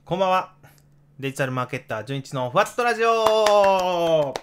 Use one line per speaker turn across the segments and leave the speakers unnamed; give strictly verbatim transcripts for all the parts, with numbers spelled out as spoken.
こんばんは。デジタルマーケッターじゅんいちのふわっとラジオ。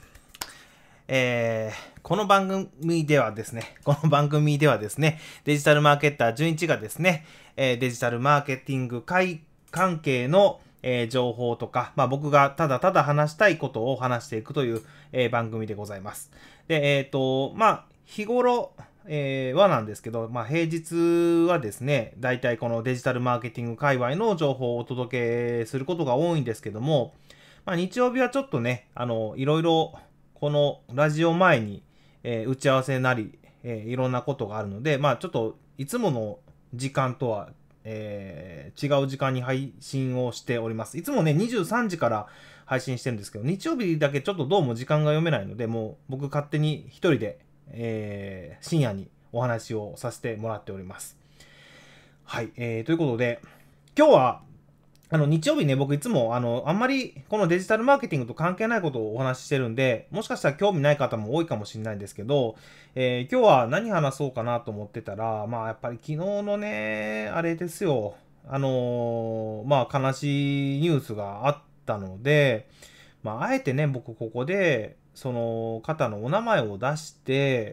えー、この番組ではですね、この番組ではですね、デジタルマーケッターじゅんいちがですね、えーデジタルマーケティング会関係の、えー情報とか、まあ、僕がただただ話したいことを話していくという、えー番組でございます。で、えっ、と、まあ、日頃、えーはなんですけど、まあ、平日はですね、大体このデジタルマーケティング界隈の情報をお届けすることが多いんですけども、まあ、日曜日はちょっとね、あの、いろいろ、このラジオ前に、えー打ち合わせなり、えーいろんなことがあるので、まあ、ちょっといつもの時間とは、えー違う時間に配信をしております。いつもね、にじゅうさんじから配信してるんですけど、日曜日だけちょっとどうも時間が読めないので、もう僕勝手に一人で、えー深夜にお話をさせてもらっております。はい、えー、ということで、今日は、あの、日曜日ね、僕いつも、あの、あんまり、このデジタルマーケティングと関係ないことをお話ししてるんで、もしかしたら興味ない方も多いかもしれないんですけど、えー今日は何話そうかなと思ってたら、まあ、やっぱり昨日のね、あれですよ、あのーまあ、悲しいニュースがあったので、まあ、あえてね、僕ここで、その方のお名前を出して、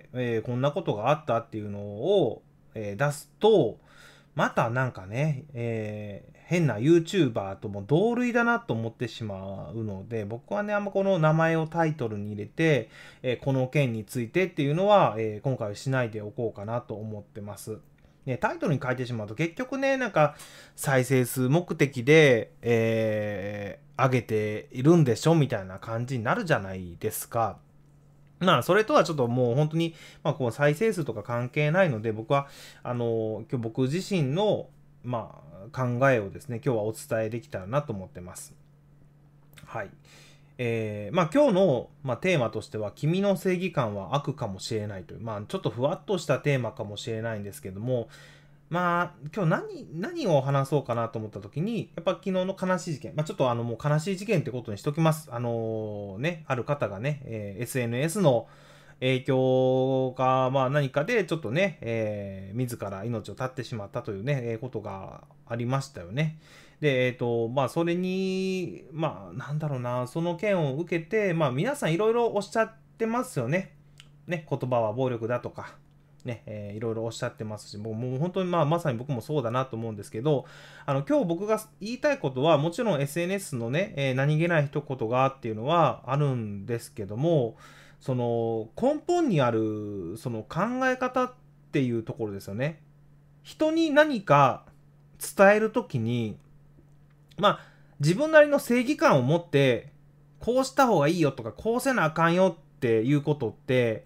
えーこんなことがあったっていうのを、えー出すと、またなんかね、えー変な YouTuber とも同類だなと思ってしまうので、僕はね、あんまこの名前をタイトルに入れて、えーこの件についてっていうのは、えー今回はしないでおこうかなと思ってます。ね、タイトルに書いてしまうと結局ね、なんか再生数目的で、えー上げているんでしょみたいな感じになるじゃないですか。まあ、それとはちょっともう本当に、まあ、こう再生数とか関係ないので、僕は、あの、今日僕自身の、まあ、考えをですね、今日はお伝えできたらなと思ってます。はい。えー、まあ今日の、まあ、テーマとしては、君の正義感は悪かもしれないという、まあちょっとふわっとしたテーマかもしれないんですけども、まあ、今日何、何を話そうかなと思った時に、やっぱ昨日の悲しい事件、まあちょっとあのもう悲しい事件ってことにしときます。あのね、ある方がね、えー エスエヌエス の影響が、まあ何かでちょっとね、えー自ら命を絶ってしまったというね、えーことがありましたよね。で、えっ、と、まあそれに、まあなんだろうな、その件を受けて、まあ皆さんいろいろおっしゃってますよね。ね、言葉は暴力だとか、ね、えーいろいろおっしゃってますし、もうもう本当にまあまさに僕もそうだなと思うんですけど、あの今日僕が言いたいことは、もちろん エスエヌエス のね、えー何気ない一言がっていうのはあるんですけども、その根本にあるその考え方っていうところですよね。人に何か伝えるときに、まあ自分なりの正義感を持って、こうした方がいいよとか、こうせなあかんよっていうことって、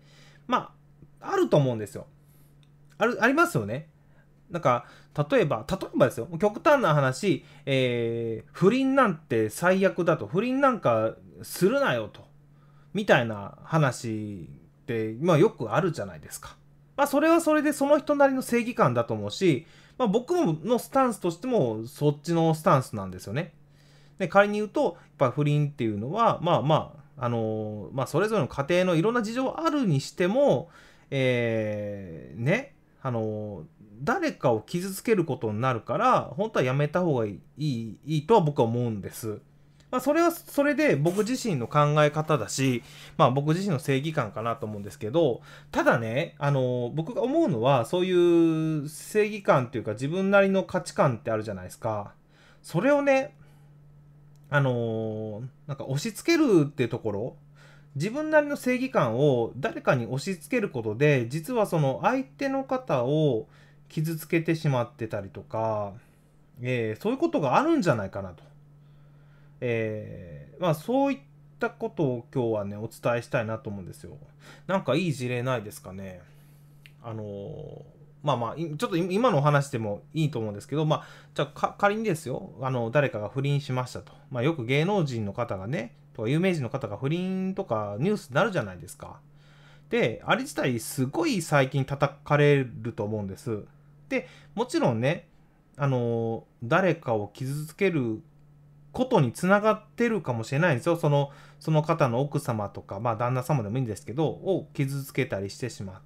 まあ、あると思うんですよ。ある、ありますよね。なんか、例えば、例えばですよ、極端な話、えー、不倫なんて最悪だと、不倫なんかするなよと、みたいな話って、まあよくあるじゃないですか。まあそれはそれでその人なりの正義感だと思うし、まあ僕のスタンスとしてもそっちのスタンスなんですよね。で、仮に言うと、やっぱ不倫っていうのは、まあまあ、あのーまあそれぞれの家庭のいろんな事情あるにしても、えー、ね、あのー誰かを傷つけることになるから、本当はやめた方がいい、いい、いいとは僕は思うんです。まあそれはそれで僕自身の考え方だし、まあ僕自身の正義感かなと思うんですけど、ただね、あのー僕が思うのは、そういう正義感っていうか自分なりの価値観ってあるじゃないですか。それをね、あのーなんか押し付けるっていうところ、自分なりの正義感を誰かに押し付けることで、実はその相手の方を傷つけてしまってたりとか、えーそういうことがあるんじゃないかなと。えーまあそういったことを今日はね、お伝えしたいなと思うんですよ。なんかいい事例ないですかね。あのーまあまあ、ちょっと今のお話でもいいと思うんですけど、まあ、じゃあ仮にですよ、あの、誰かが不倫しましたと。まあよく芸能人の方がね、とか有名人の方が不倫とかニュースになるじゃないですか。で、あれ自体すごい最近叩かれると思うんです。で、もちろんね、あのー誰かを傷つけることにつながってるかもしれないんですよ。その、その方の奥様とか、まあ旦那様でもいいんですけど、を傷つけたりしてしまって、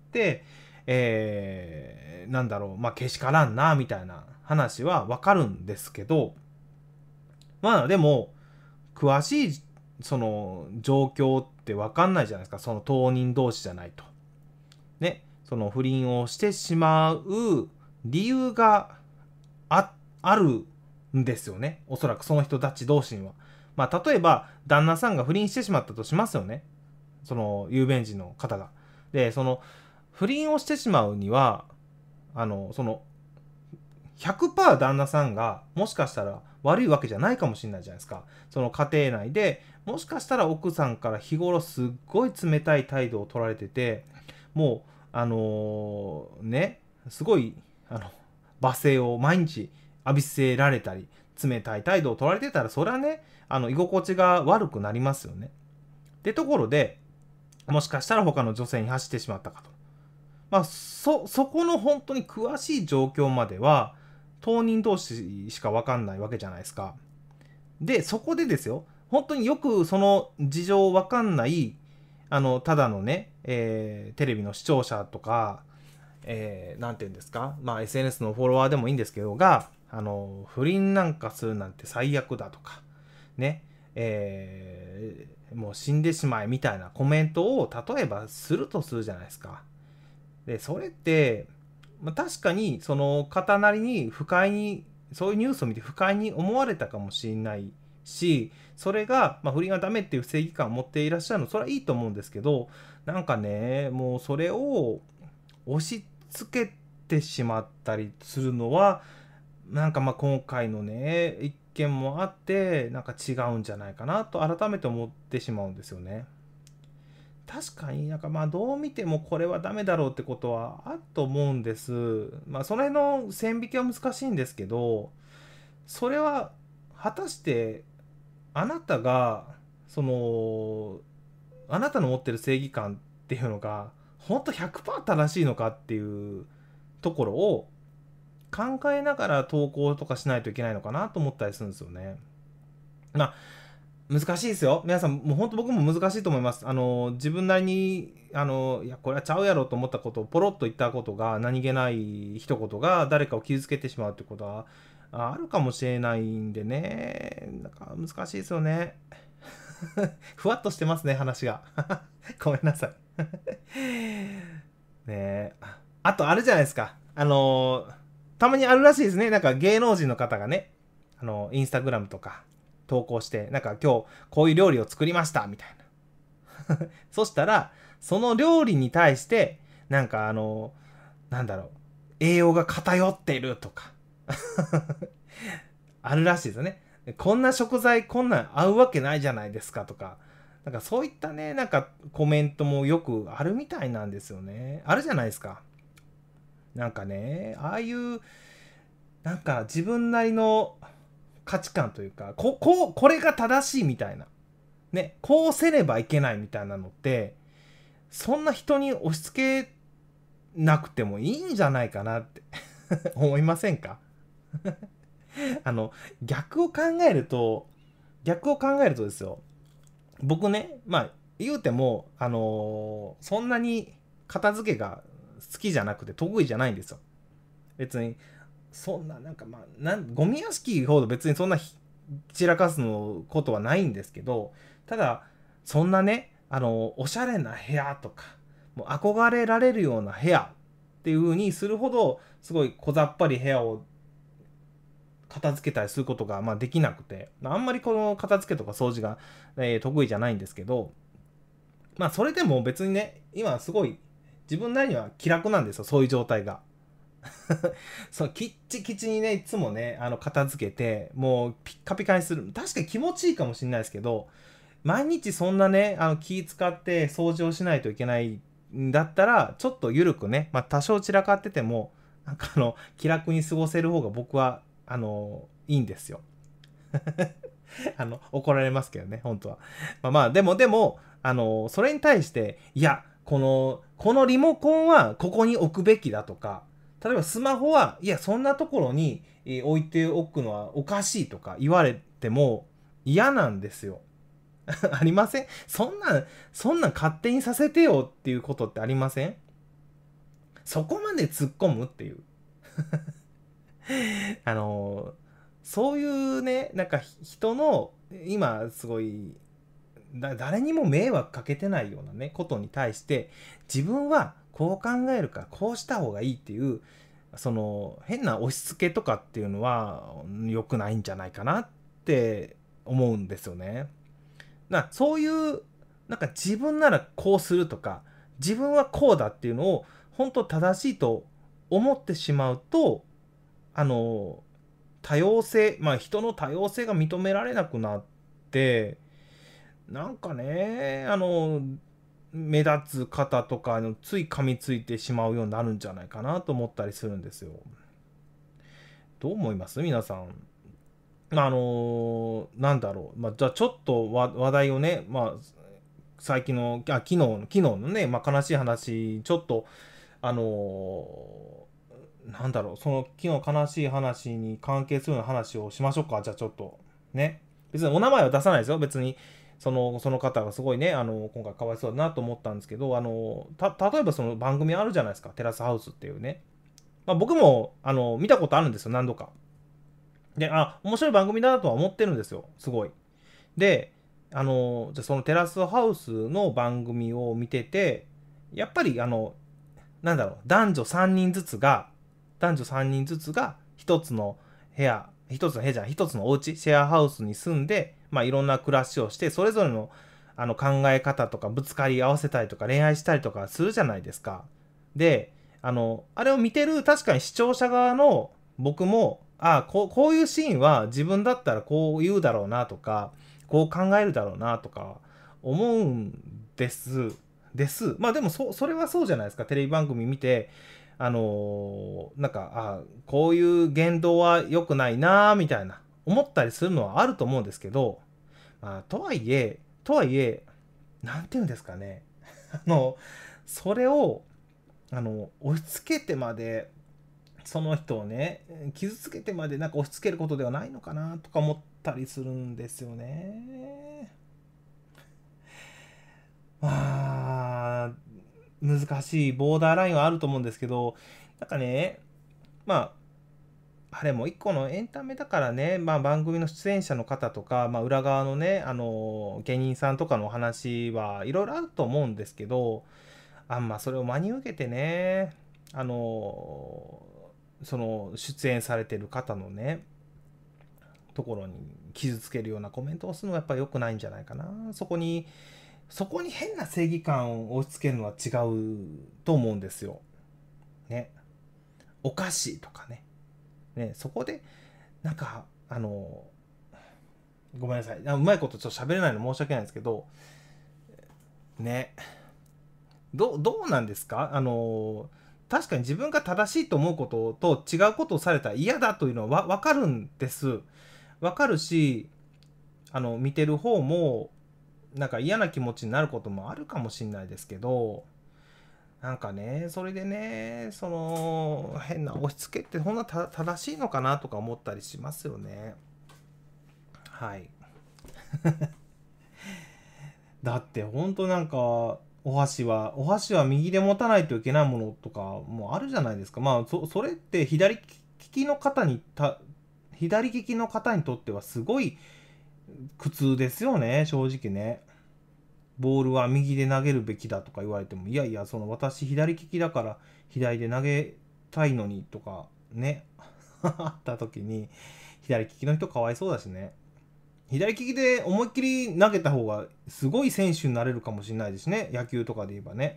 えー、なんだろう、まあけしからんな、みたいな話はわかるんですけど、 まあでも、詳しいその状況って分かんないじゃないですか。その当人同士じゃないと。ね。その不倫をしてしまう理由が あ, あるんですよね。おそらくその人たち同士には。まあ例えば、旦那さんが不倫してしまったとしますよね。その有名人の方が。で、その不倫をしてしまうには、あの、そのひゃくパーセント旦那さんがもしかしたら悪いわけじゃないかもしれないじゃないですか。その家庭内でもしかしたら奥さんから日頃すっごい冷たい態度を取られてて、もうあのーねすごいあの罵声を毎日浴びせられたり冷たい態度を取られてたら、それはねあの居心地が悪くなりますよね。ってところで、もしかしたら他の女性に走ってしまったかと。まあそそこの本当に詳しい状況までは当人同士しか分かんないわけじゃないですか。で、そこでですよ、本当によくその事情分かんない、あの、ただのね、えーテレビの視聴者とか、えーなんていうんですか、まあ エスエヌエス のフォロワーでもいいんですけどが、あの、不倫なんかするなんて最悪だとか、ね、えーもう死んでしまえみたいなコメントを例えばするとするじゃないですか。で、それって、まあ、確かにその方なりに不快に、そういうニュースを見て不快に思われたかもしれないし、それが、まあ、不倫はダメっていう正義感を持っていらっしゃるの、それはいいと思うんですけど、なんかね、もうそれを押し付けてしまったりするのは、なんかまあ今回のね、一件もあって、なんか違うんじゃないかなと改めて思ってしまうんですよね。確かになんかまあどう見てもこれはダメだろうってことはあると思うんです。まあその辺の線引きは難しいんですけど、それは果たしてあなたがそのあなたの持ってる正義感っていうのが本当ひゃくパーセント正しいのかっていうところを考えながら投稿とかしないといけないのかなと思ったりするんですよね。まあ難しいですよ。皆さん、もう本当僕も難しいと思います。あの、自分なりに、あの、いや、これはちゃうやろと思ったことをポロッと言ったことが、何気ない一言が誰かを傷つけてしまうってことはあるかもしれないんでね。なんか難しいですよね。ふわっとしてますね、話が。ごめんなさい。ねえ。あと、あるじゃないですか。あの、たまにあるらしいですね。なんか芸能人の方がね、あの、インスタグラムとか、投稿して、なんか今日こういう料理を作りましたみたいな。そしたら、その料理に対して、なんかあの、なんだろう、栄養が偏っているとか、あるらしいですよね。こんな食材こんなん合うわけないじゃないですかとか、なんかそういったね、なんかコメントもよくあるみたいなんですよね。あるじゃないですか。なんかね、ああいう、なんか自分なりの価値観というか、こ、こう、これが正しいみたいな。ね、こうせねばいけないみたいなのって、そんな人に押し付けなくてもいいんじゃないかなって思いませんか？あの、逆を考えると、逆を考えるとですよ、僕ね、まあ、言うても、あのーそんなに片付けが好きじゃなくて得意じゃないんですよ。別に、そんな、なんかまあ、なんゴミ屋敷ほど別にそんな散らかすのことはないんですけど、ただ、そんなね、あの、おしゃれな部屋とか、もう憧れられるような部屋っていう風にするほど、すごい小ざっぱり部屋を片付けたりすることが、まあ、できなくて、あんまりこの片付けとか掃除が、えー得意じゃないんですけど、まあ、それでも別にね、今すごい自分なりには気楽なんですよ、そういう状態が。そう、キッチキチにね、いつもね、あの、片付けて、もうピッカピカにする。確かに気持ちいいかもしれないですけど、毎日そんなね、あの、気使って掃除をしないといけないんだったら、ちょっと緩くね、まあ、多少散らかってても、なんかあの、気楽に過ごせる方が僕は、あの、いいんですよ。あの、怒られますけどね、本当は。まあまあ、でもでも、あの、それに対して、いや、この、このリモコンはここに置くべきだとか、例えばスマホは、いや、そんなところに置いておくのはおかしいとか言われても嫌なんですよ。ありません？そんなん、そんなん勝手にさせてよっていうことってありません？そこまで突っ込むっていう。あのそういうね、なんか人の、今すごい、だ誰にも迷惑かけてないようなね、ことに対して、自分はこう考えるからこうした方がいいっていう、その変な押し付けとかっていうのは良くないんじゃないかなって思うんですよね。なそういうなんか自分ならこうするとか自分はこうだっていうのを本当正しいと思ってしまうと、あの多様性、まあ人の多様性が認められなくなって、なんかね、あの目立つ方とかのつい噛みついてしまうようになるんじゃないかなと思ったりするんですよ。どう思います皆さん。あのーなんだろう、まあ、じゃあちょっと話話題をね、まあ、最近の、あ、昨日の、昨日のね、まあ、悲しい話、ちょっと、あのーなんだろう、その昨日悲しい話に関係するような話をしましょうか。じゃあちょっと、ね。別にお名前は出さないですよ。別に、その、その方がすごいね、あの、今回かわいそうだなと思ったんですけど、あの、た、例えばその番組あるじゃないですか。テラスハウスっていうね。まあ、僕も、あの、見たことあるんですよ。何度か。で、あ、面白い番組だなとは思ってるんですよ。すごい。で、あの、じゃあそのテラスハウスの番組を見てて、やっぱり、あの、なんだろう、男女さんにんずつが、男女さんにんずつが一つの部屋、一つの部屋じゃない、一つのお家、シェアハウスに住んで、まあいろんな暮らしをして、それぞれのあの考え方とかぶつかり合わせたりとか恋愛したりとかするじゃないですか。で、あの、あれを見てる確かに視聴者側の僕も、ああ、こう、こういうシーンは自分だったらこう言うだろうなとか、こう考えるだろうなとか思うんです。です。まあでもそ、それはそうじゃないですか。テレビ番組見て、あのーなんか、あこういう言動は良くないなみたいな、思ったりするのはあると思うんですけど、まあ、とはいえ、とはいえ、なんて言うんですかね。あの、それを、あの、押し付けてまで、その人をね、傷つけてまでなんか押し付けることではないのかなとか思ったりするんですよね。まあ、難しいボーダーラインはあると思うんですけど、なんかね、まあ、あれも一個のエンタメだからね、まあ、番組の出演者の方とか、まあ、裏側のね、あの芸人さんとかのお話はいろいろあると思うんですけど、あんまそれを真に受けてね、あのその出演されてる方のね、ところに傷つけるようなコメントをするのはやっぱり良くないんじゃないかな。そこに、そこに変な正義感を押し付けるのは違うと思うんですよ。ね。おかしいとかね。ね、そこで、なんか、あの、ごめんなさい。うまいことちょっと喋れないの申し訳ないんですけど、ね。どどうなんですかあの、確かに自分が正しいと思うことと違うことをされたら嫌だというのはわかるんです。わかるし、あの、見てる方も、なんか嫌な気持ちになることもあるかもしれないですけど、なんかね、それでね、その、変な押し付けってほんな正しいのかなとか思ったりしますよね。はい。だってほんとなんか、お箸は、お箸は右で持たないといけないものとかもあるじゃないですか。まあ、そ、それって左利きの方にた、左利きの方にとってはすごい苦痛ですよね、正直ね。ボールは右で投げるべきだとか言われても、いやいや、その私左利きだから左で投げたいのにとかね、あった時に、左利きの人かわいそうだしね。左利きで思いっきり投げた方がすごい選手になれるかもしれないですね。野球とかで言えばね。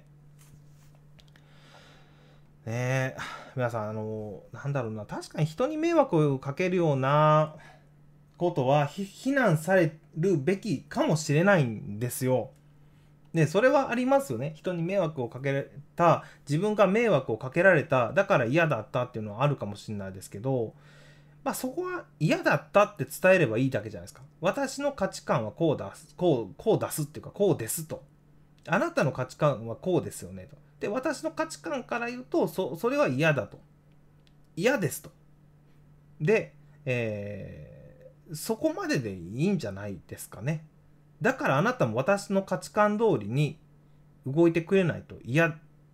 ねえ、皆さん、あの、なんだろうな、確かに人に迷惑をかけるようなことは非難されるべきかもしれないんですよ。で、それはありますよね。人に迷惑をかけた、自分が迷惑をかけられた、だから嫌だったっていうのはあるかもしれないですけど、まあそこは嫌だったって伝えればいいだけじゃないですか。私の価値観はこう出す、こう、こう出すっていうか、こうですと。あなたの価値観はこうですよねと。で、私の価値観から言うと、そ、それは嫌だと。嫌ですと。で、えー、そこまででいいんじゃないですかね。だからあなたも私の価値観通りに動いてくれないと嫌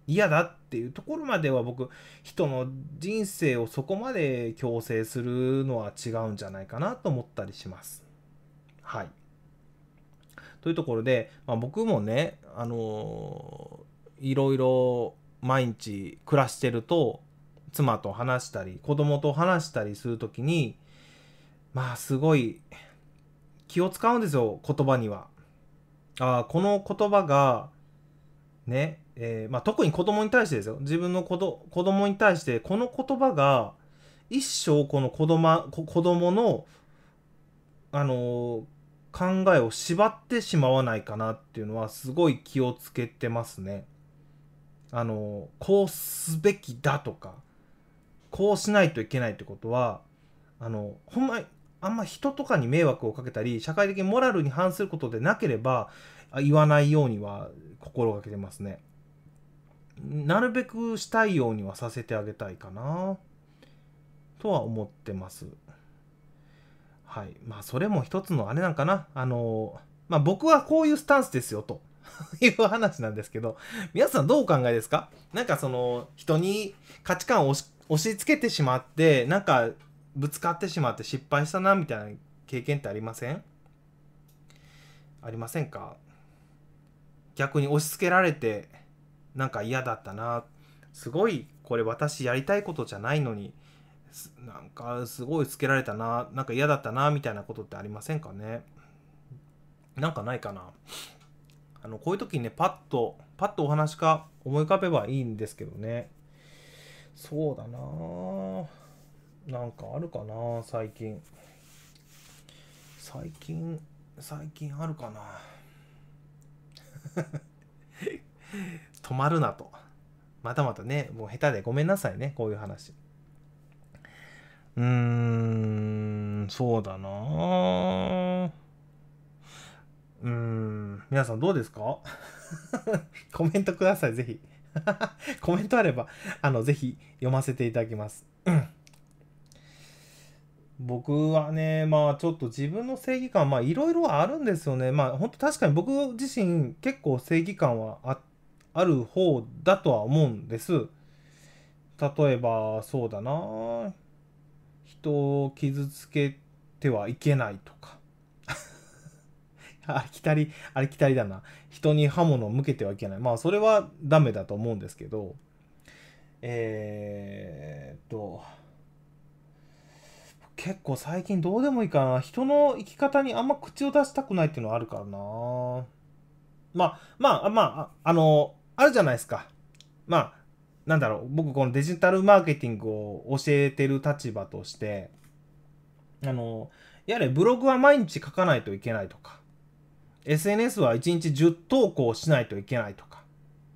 嫌だっていうところまでは僕、人の人生をそこまで強制するのは違うんじゃないかなと思ったりします。はい。というところで、まあ、僕もね、あのーいろいろ毎日暮らしてると、妻と話したり、子供と話したりするときに、まあすごい気を使うんですよ、言葉には。ああ、この言葉が、ね、えーまあ、特に子供に対してですよ。自分の子ど子供に対して、この言葉が一生この子供こ子供の、あのー考えを縛ってしまわないかなっていうのはすごい気をつけてますね。あのーこうすべきだとか、こうしないといけないってことは、あのほんまあんま人とかに迷惑をかけたり社会的にモラルに反することでなければ言わないようには心がけてますね。なるべくしたいようにはさせてあげたいかなとは思ってます。はい。まあそれも一つのあれなんかな。あのまあ僕はこういうスタンスですよという話なんですけど、皆さんどうお考えですか？なんかその人に価値観を押し押し付けてしまって、なんかぶつかってしまって失敗したなみたいな経験ってありません？ありませんか？逆に押し付けられてなんか嫌だったな、すごいこれ私やりたいことじゃないのになんかすごいつけられたな、なんか嫌だったなみたいなことってありませんかね？なんかないかな。あのこういう時にね、パッとパッとお話が思い浮かべばいいんですけどね。そうだな、なんかあるかな、最近最近最近あるかな。止まるなと。またまたね、もう下手でごめんなさいね、こういう話。うーん、そうだなぁ。うーん、皆さんどうですか？コメントください、ぜひ。コメントあれば、あの、ぜひ読ませていただきます。僕はね、まあちょっと自分の正義感、まあいろいろあるんですよね。まあ本当確かに僕自身結構正義感はあ、ある方だとは思うんです。例えば、そうだな。人を傷つけてはいけないとか。ありきたり、ありきたりだな。人に刃物を向けてはいけない。まあそれはダメだと思うんですけど、えーっと、結構最近どうでもいいかな。人の生き方にあんま口を出したくないっていうのはあるからな。まあ、まあ、まあ、ああの、あるじゃないですか。まあ、なんだろう。僕、このデジタルマーケティングを教えてる立場として、あの、やれ、ブログは毎日書かないといけないとか、エスエヌエス はいちにちじゅう投稿しないといけないとか、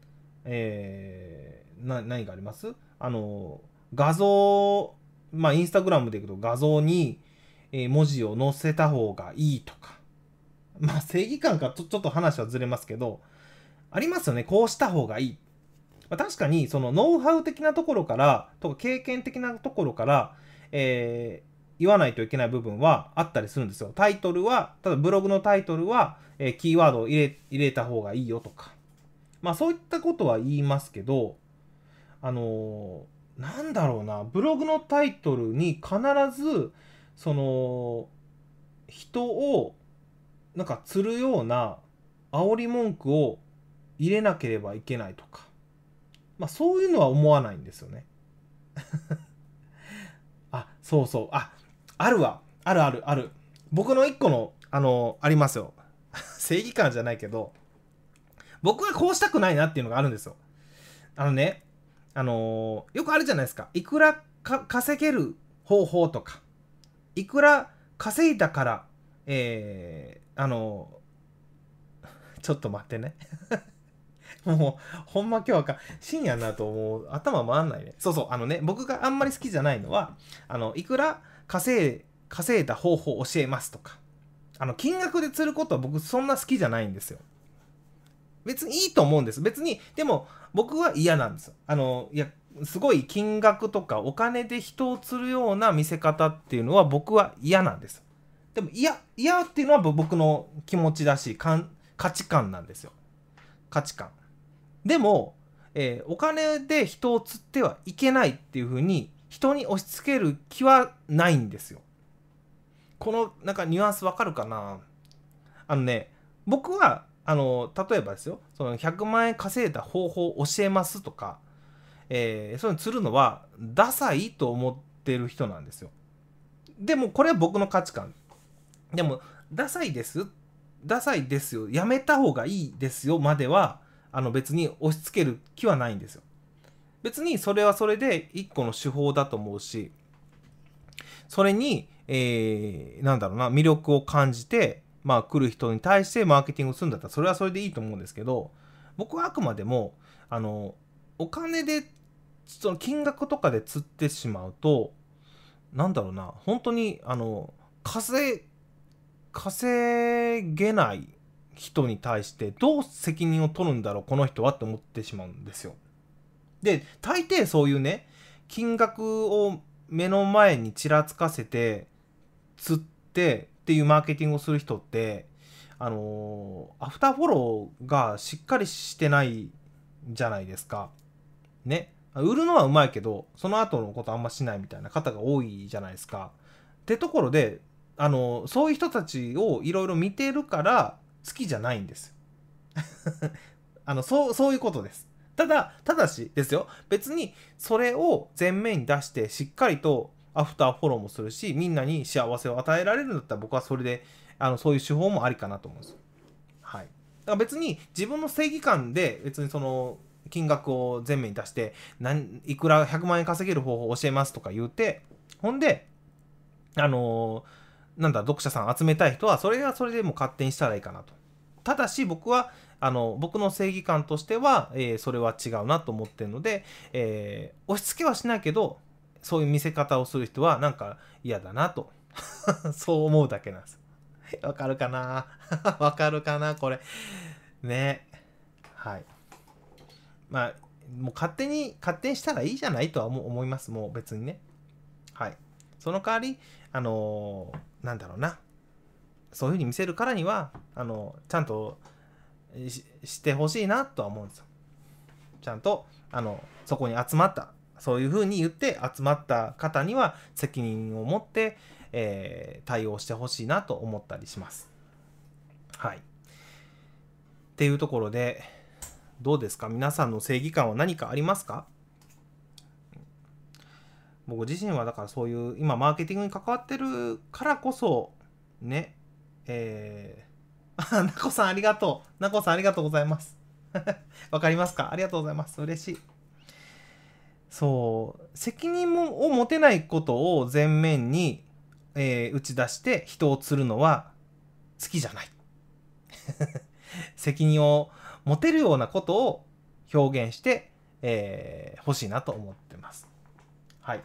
えー、な、何があります？あの、画像、まあ、インスタグラムでいくと画像に、えー文字を載せた方がいいとか、まあ、正義感かちょちょっと話はずれますけど、ありますよね。こうした方がいい。まあ、確かに、そのノウハウ的なところから、とか経験的なところから、えー言わないといけない部分はあったりするんですよ。タイトルは、ただブログのタイトルは、えーキーワードを入れ入れた方がいいよとか。まあそういったことは言いますけど、あのーなんだろうな、ブログのタイトルに必ず、その、人を、なんか釣るような煽り文句を入れなければいけないとか。まあそういうのは思わないんですよね。あ、そうそう。あ、あるわ。あるあるある。僕の一個の、あのーありますよ。正義感じゃないけど、僕はこうしたくないなっていうのがあるんですよ。あのね、あのーよくあるじゃないですか。いくらか稼げる方法とか、いくら稼いだから、えー、あのーちょっと待ってね。もう、ほんま今日はか、深夜になるともう頭回んないね。そうそう、あのね、僕があんまり好きじゃないのは、あの、いくら稼い、稼いだ方法を教えますとか、あの、金額で釣ることは僕そんな好きじゃないんですよ。別にいいと思うんです。別に、でも僕は嫌なんですよ。あの、いや、すごい金額とかお金で人を釣るような見せ方っていうのは僕は嫌なんです。でも嫌、嫌っていうのは僕の気持ちだし、かん価値観なんですよ。価値観。でも、 えー、お金で人を釣ってはいけないっていうふうに人に押し付ける気はないんですよ。このなんかニュアンスわかるかな。あのね、僕はあの例えばですよ、そのひゃくまんえん稼いだ方法を教えますとか、えー、そういうの釣るのはダサいと思ってる人なんですよ。でもこれは僕の価値観。でもダサいですダサいですよ、やめた方がいいですよまではあの別に押し付ける気はないんですよ。別にそれはそれで一個の手法だと思うし、それに、えー、なんだろうな、魅力を感じて、まあ来る人に対してマーケティングするんだったらそれはそれでいいと思うんですけど、僕はあくまでもあのお金でその金額とかで釣ってしまうと、なんだろうな、本当にあの稼稼げない人に対してどう責任を取るんだろうこの人はって思ってしまうんですよ。で大抵そういうね、金額を目の前にちらつかせて釣ってっていうマーケティングをする人って、あのーアフターフォローがしっかりしてないじゃないですかね。売るのはうまいけどその後のことあんましないみたいな方が多いじゃないですか。ってところで、あのそういう人たちをいろいろ見てるから好きじゃないんですよ。あのそうそういうことです。ただただしですよ、別にそれを前面に出してしっかりとアフターフォローもするし、みんなに幸せを与えられるんだったら僕はそれであのそういう手法もありかなと思うんですよ。はい。だから別に自分の正義感で別にその金額を前面に出して何いくらひゃくまんえん稼げる方法を教えますとか言うて、ほんであのーなんだ読者さん集めたい人はそれはそれでもう勝手にしたらいいかなと。ただし僕はあの僕の正義感としては、えーそれは違うなと思ってるので、えー押し付けはしないけどそういう見せ方をする人はなんか嫌だなとそう思うだけなんです。わかるかなわかるかなこれね。はい。まあもう勝手に勝手にしたらいいじゃないとは思います。もう別にね。はい。その代わりあのーなんだろうな、そういう風に見せるからにはあのちゃんと し, してほしいなとは思うんですよ。ちゃんとあのそこに集まったそういう風に言って集まった方には責任を持って、えー対応してほしいなと思ったりします。はい。っていうところでどうですか、皆さんの正義感は何かありますか？僕自身はだからそういう今マーケティングに関わってるからこそね、えー、あ、なこさんありがとう。なこさんありがとうございます。わかりますか？ありがとうございます。嬉しい。そう、責任もを持てないことを前面に、えー打ち出して人を釣るのは好きじゃない。責任を持てるようなことを表現して、えー欲しいなと思ってます。はい。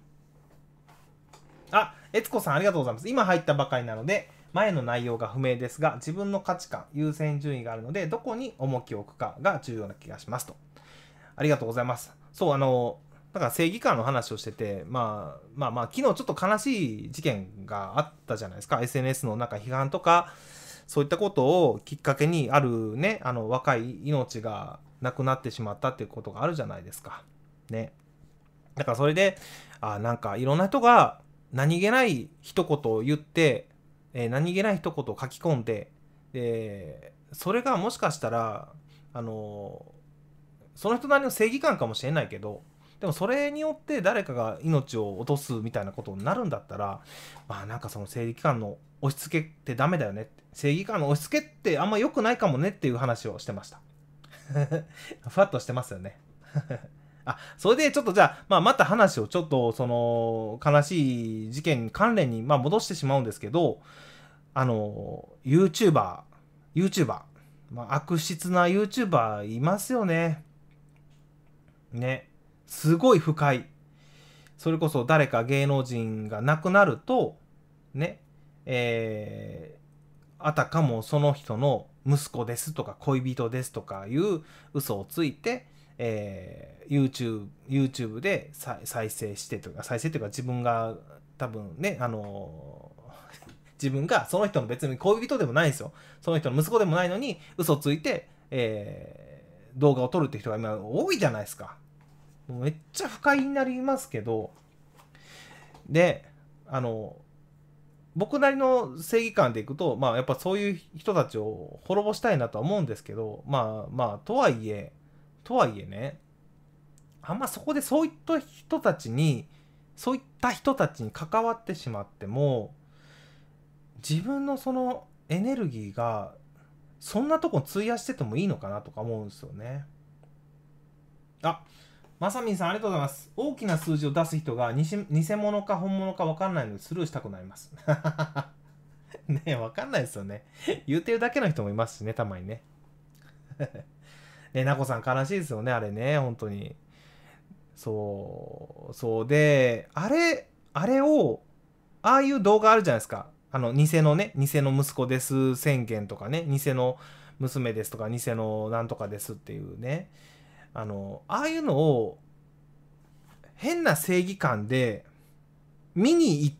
あ、えつこさんありがとうございます。今入ったばかりなので、前の内容が不明ですが、自分の価値観、優先順位があるので、どこに重きを置くかが重要な気がしますと。ありがとうございます。そう、あの、だから正義感の話をしてて、まあまあまあ、昨日ちょっと悲しい事件があったじゃないですか。エスエヌエス のなんか批判とか、そういったことをきっかけに、あるね、あの若い命が亡くなってしまったっていうことがあるじゃないですか。ね。だからそれで、あ、なんかいろんな人が何気ない一言を言って、えー何気ない一言を書き込んで、でそれがもしかしたら、あのその人なりの正義感かもしれないけど、でもそれによって誰かが命を落とすみたいなことになるんだったら、まあなんかその正義感の押し付けってダメだよねって、正義感の押し付けってあんま良くないかもねっていう話をしてました。ふわっとしてますよね。あ、それでちょっとじゃあ、まあ、また話をちょっとその悲しい事件関連にまあ戻してしまうんですけど、あの YouTuber、YouTuber、まあ、悪質な YouTuber いますよね。ね、すごい不快。それこそ誰か芸能人が亡くなるとね、えー、あたかもその人の息子ですとか恋人ですとかいう嘘をついて、えー、YouTube, YouTube で再生してとか、再生というか自分が多分ね、あのー自分がその人の別に恋人でもないんですよ。その人の息子でもないのに嘘ついて、え動画を撮るって人が今多いじゃないですか。めっちゃ不快になりますけど、で、あの、僕なりの正義感でいくと、まあやっぱそういう人たちを滅ぼしたいなとは思うんですけど、まあまあ、とはいえ、とはいえね、あんまそこでそういった人たちに、そういった人たちに関わってしまっても、自分のそのエネルギーがそんなとこ費やしててもいいのかなとか思うんですよね。あ、まさみんさんありがとうございます。大きな数字を出す人が偽物か本物か分かんないのでスルーしたくなります。ねえ、分かんないですよね。言うてるだけの人もいますしね、たまにね。ね、なこさん悲しいですよね、あれね、本当に。そう、そうで、あれ、あれを、ああいう動画あるじゃないですか。あの、偽のね、偽の息子です宣言とかね、偽の娘ですとか、偽のなんとかですっていうね。あの、ああいうのを、変な正義感で、見に行って、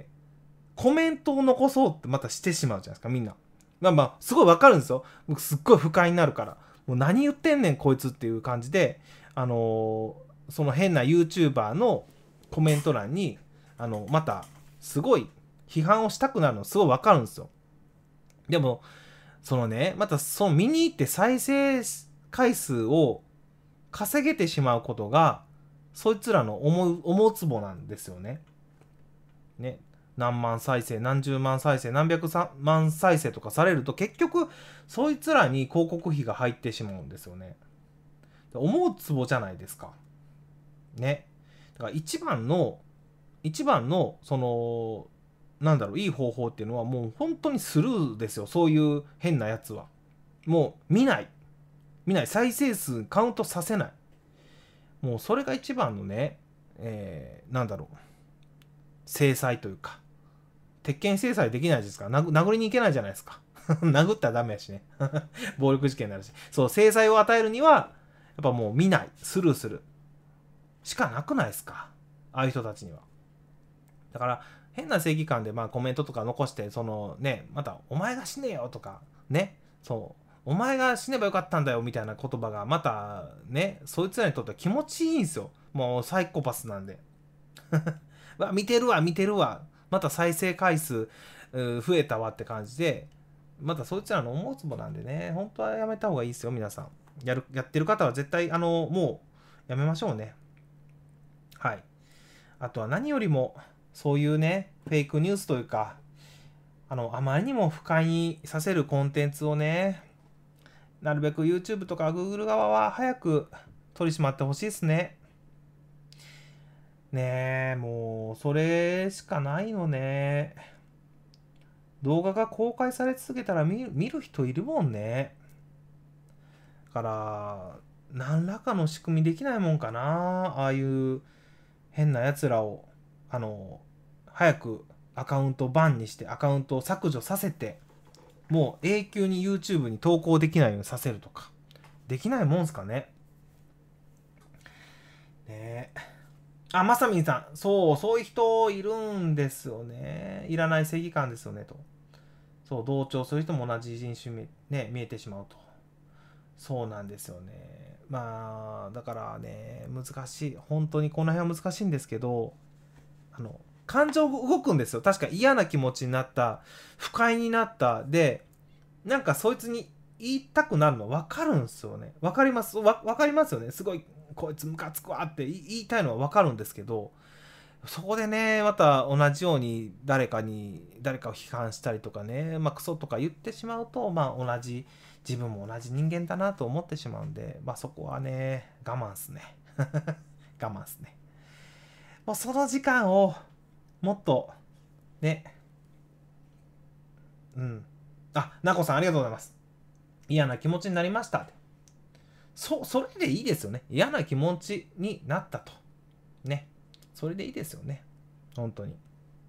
コメントを残そうってまたしてしまうじゃないですか、みんな。まあまあ、すごいわかるんですよ。僕すっごい不快になるから。もう何言ってんねん、こいつっていう感じで、あのーその変な YouTuber のコメント欄に、あの、また、すごい批判をしたくなるのすごいわかるんですよ。でも、そのね、またその見に行って再生回数を稼げてしまうことが、そいつらの思う、思うツボなんですよね。ね。何万再生、何十万再生、何百万再生とかされると、結局、そいつらに広告費が入ってしまうんですよね。思うツボじゃないですか。ね。だから一番の、一番の、その、なんだろう、いい方法っていうのは、もう本当にスルーですよ。そういう変なやつは。もう見ない。見ない。再生数カウントさせない。もうそれが一番のね、えー、なんだろう、制裁というか、鉄拳制裁できないですから、殴殴りに行けないじゃないですか。殴ったらダメやしね。暴力事件になるし。そう、制裁を与えるには、やっぱもう見ない。スルーする。しかなくないですか。ああいう人たちには。だから、変な正義感でまあコメントとか残して、そのね、また、お前が死ねよとか、ね、そう、お前が死ねばよかったんだよみたいな言葉が、またね、そいつらにとっては気持ちいいんですよ。もうサイコパスなんで。わ、見てるわ、見てるわ。また再生回数増えたわって感じで、またそいつらの思うつぼなんでね、本当はやめた方がいいですよ、皆さん。やる、やってる方は絶対、あの、もう、やめましょうね。はい。あとは何よりも、そういうね、フェイクニュースというか、あの、あまりにも不快にさせるコンテンツをね、なるべく YouTube とか Google 側は早く取り締まってほしいですね。ねえ、もう、それしかないのね。動画が公開され続けたら見見る人いるもんね。だから、何らかの仕組みできないもんかな。ああいう変な奴らを、あの、早くアカウントバンにして、アカウントを削除させて、もう永久に YouTube に投稿できないようにさせるとか。できないもんすかね。ねえ。あ、まさみんさん。そう、そういう人いるんですよね。いらない正義感ですよね、と。そう、同調する人も同じ人種に、ね、見えてしまうと。そうなんですよね。まあ、だからね、難しい。本当にこの辺は難しいんですけど、あの、感情動くんですよ。確か嫌な気持ちになった、不快になった、で、なんかそいつに言いたくなるの分かるんですよね。分かります。わ分かりますよね。すごい、こいつムカつくわって言いたいのは分かるんですけど、そこでね、また同じように誰かに、誰かを批判したりとかね、まあクソとか言ってしまうと、まあ同じ、自分も同じ人間だなと思ってしまうんで、まあそこはね、我慢っすね。我慢っすね。もうその時間を、もっと、ね、うん。あ、なこさんありがとうございます。嫌な気持ちになりましたって。そ、それでいいですよね。嫌な気持ちになったと。ね。それでいいですよね。本当に。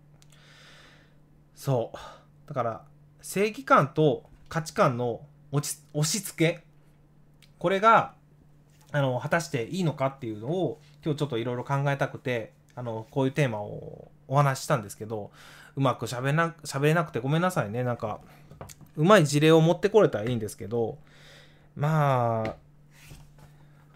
そう。だから、正義感と価値観の押し押し付け。これが、あの、果たしていいのかっていうのを、今日ちょっといろいろ考えたくて、あの、こういうテーマをお話ししたんですけど、うまく喋れな、喋れなくてごめんなさいね。なんか、うまい事例を持ってこれたらいいんですけど、まあ、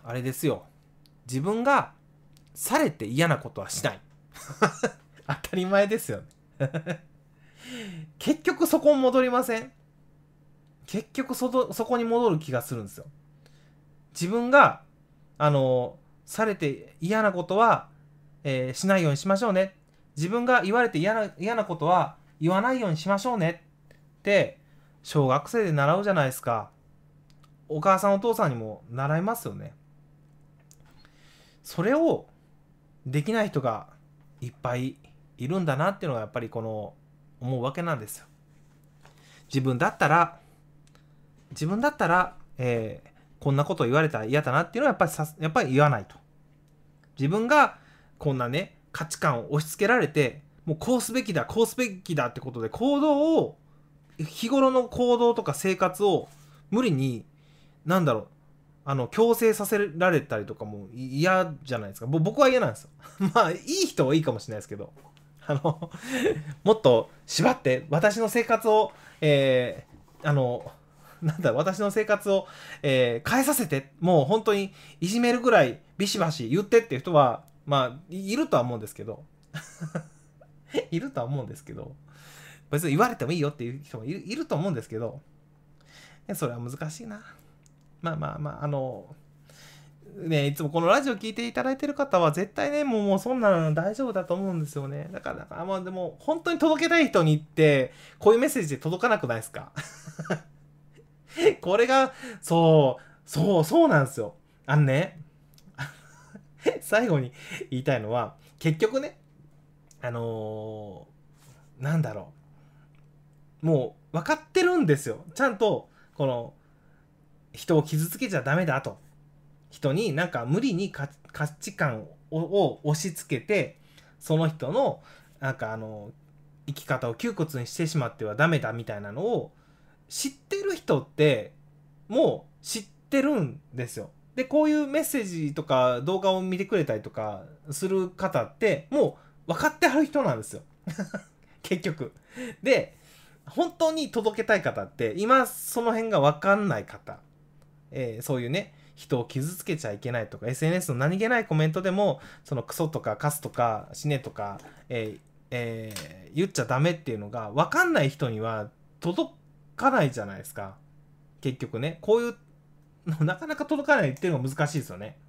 あれですよ。自分がされて嫌なことはしない。当たり前ですよね。結局そこに戻りません？結局そとそこに戻る気がするんですよ。自分が、あの、されて嫌なことは、えーしないようにしましょうね。自分が言われて嫌な、嫌なことは言わないようにしましょうねって、小学生で習うじゃないですか。お母さんお父さんにも習いますよね。それをできない人がいっぱいいるんだなっていうのがやっぱりこの思うわけなんですよ。自分だったら自分だったら、えーこんなこと言われたら嫌だなっていうのはやっぱりさやっぱり言わないと。自分がこんなね価値観を押し付けられてもうこうすべきだこうすべきだってことで行動を日頃の行動とか生活を無理になんだろうあの強制させられたりとかも嫌じゃないですか。僕は嫌なんですよ。まあいい人はいいかもしれないですけど、あのもっと縛って私の生活を、えー、あのなんだ私の生活を、えー変えさせてもう本当にいじめるぐらいビシバシ言ってっていう人はまあいるとは思うんですけどいるとは思うんですけど別に言われてもいいよっていう人もいるいると思うんですけど、それは難しいな。まあまあまああのね、いつもこのラジオ聞いていただいてる方は絶対ねもうもうそんなの大丈夫だと思うんですよね。だからだからまあでも本当に届けたい人にってこういうメッセージで届かなくないですか？これがそうそうそうなんですよ。あのね最後に言いたいのは結局ねあのーなんだろうもう分かってるんですよ。ちゃんとこの人を傷つけちゃダメだと。人になんか無理に価値観を押し付けてその人のなんかあの生き方を窮屈にしてしまってはダメだみたいなのを知ってる人ってもう知ってるんですよ。でこういうメッセージとか動画を見てくれたりとかする方ってもう分かってはる人なんですよ。結局。で本当に届けたい方って今その辺が分かんない方、えーそういうね人を傷つけちゃいけないとか エスエヌエス の何気ないコメントでもそのクソとかカスとか死ねとか、えーえー言っちゃダメっていうのが分かんない人には届かないじゃないですか。結局ねこういうのなかなか届かないっていうのが難しいですよね。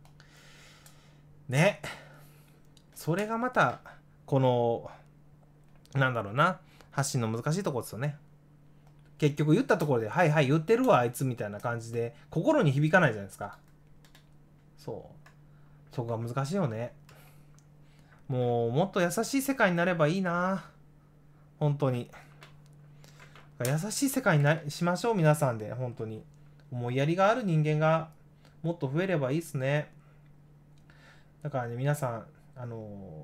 ねそれがまたこのなんだろうな発信の難しいところですよね。結局言ったところではいはい言ってるわあいつみたいな感じで心に響かないじゃないですか。そうそこが難しいよね。もうもっと優しい世界になればいいな本当に。優しい世界になしましょう皆さんで。本当に思いやりがある人間がもっと増えればいいですね。だからね皆さんあの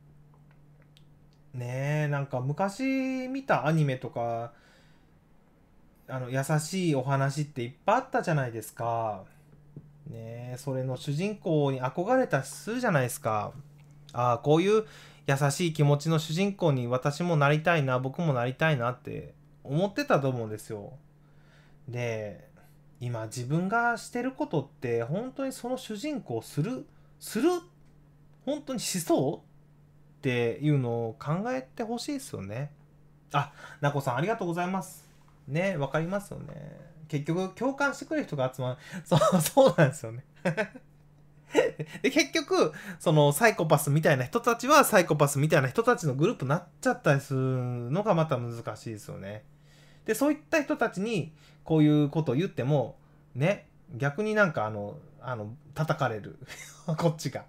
ねえなんか昔見たアニメとかあの優しいお話っていっぱいあったじゃないですか。ねえそれの主人公に憧れたりするじゃないですか。ああこういう優しい気持ちの主人公に私もなりたいな僕もなりたいなって思ってたと思うんですよ。で今自分がしてることって本当にその主人公するする本当にしそうっていうのを考えてほしいですよね。あ、なこさんありがとうございます。ね、わかりますよね。結局共感してくれる人が集まる。そう、そうなんですよね。で結局そのサイコパスみたいな人たちはサイコパスみたいな人たちのグループになっちゃったりするのがまた難しいですよね。でそういった人たちにこういうことを言ってもね逆になんかあのあの叩かれるこっちが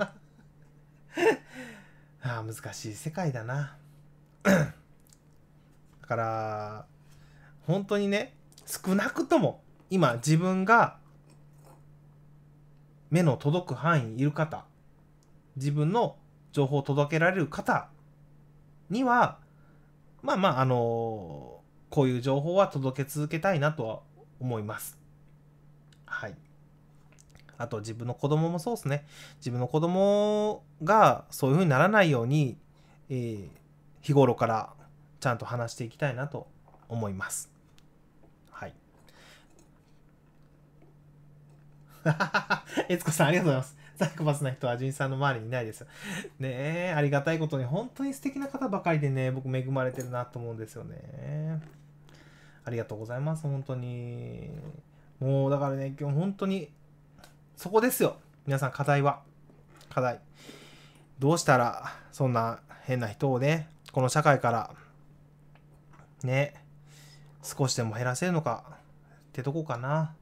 あ難しい世界だな。だから本当にね少なくとも今自分が目の届く範囲にいる方自分の情報を届けられる方にはまあまああのこういう情報は届け続けたいなとは思います。はい。あと自分の子供もそうですね。自分の子供がそういう風にならないように、えー日頃からちゃんと話していきたいなと思います。はい。 えつこさんありがとうございます。サイコパスな人は純一さんの周りにいないです。ねえ、ありがたいことに本当に素敵な方ばかりでね、僕恵まれてるなと思うんですよね。ありがとうございます、本当に。もうだからね、今日本当に、そこですよ。皆さん課題は。課題。どうしたら、そんな変な人をね、この社会から、ね、少しでも減らせるのかってとこかな。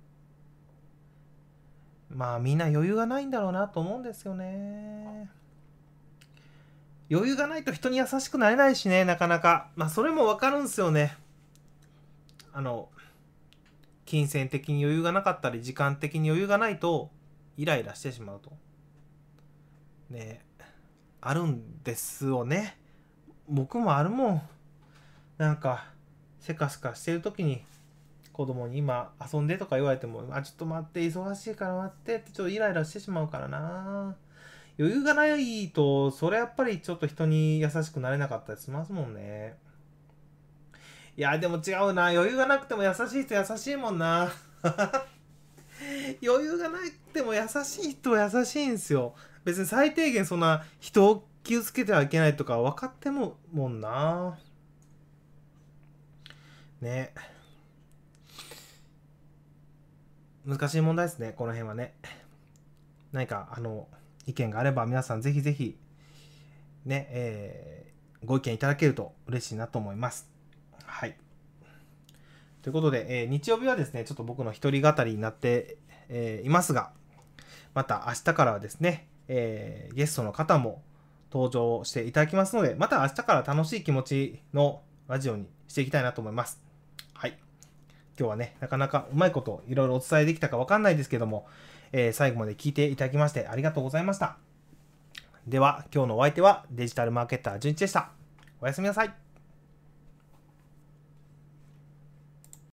まあみんな余裕がないんだろうなと思うんですよね。余裕がないと人に優しくなれないしね、なかなか。まあそれもわかるんですよね。あの、金銭的に余裕がなかったり、時間的に余裕がないと、イライラしてしまうと。ね、あるんですよね。僕もあるもん。なんか、せかせかしてる時に、子供に今遊んでとか言われても、あ、ちょっと待って、忙しいから待ってってちょっとイライラしてしまうからな。余裕がないと、それやっぱりちょっと人に優しくなれなかったりしますもんね。いや、でも違うな。余裕がなくても優しい人優しいもんな。余裕がなくても優しい人は優しいんですよ。別に最低限そんな人を傷つけてはいけないとか分かってももんな。ね。難しい問題ですね、この辺はね。何か、あの、意見があれば皆さんぜひぜひ、ね、えー、ご意見いただけると嬉しいなと思います。はい。ということで、えー、日曜日はですね、ちょっと僕の一人語りになって、えー、いますが、また明日からはですね、えー、ゲストの方も登場していただきますので、また明日から楽しい気持ちのラジオにしていきたいなと思います。はい。今日はね、なかなかうまいこといろいろお伝えできたかわかんないですけども、えー、最後まで聞いていただきましてありがとうございました。では、今日のお相手はデジタルマーケッターじゅんいちでした。おやすみなさい。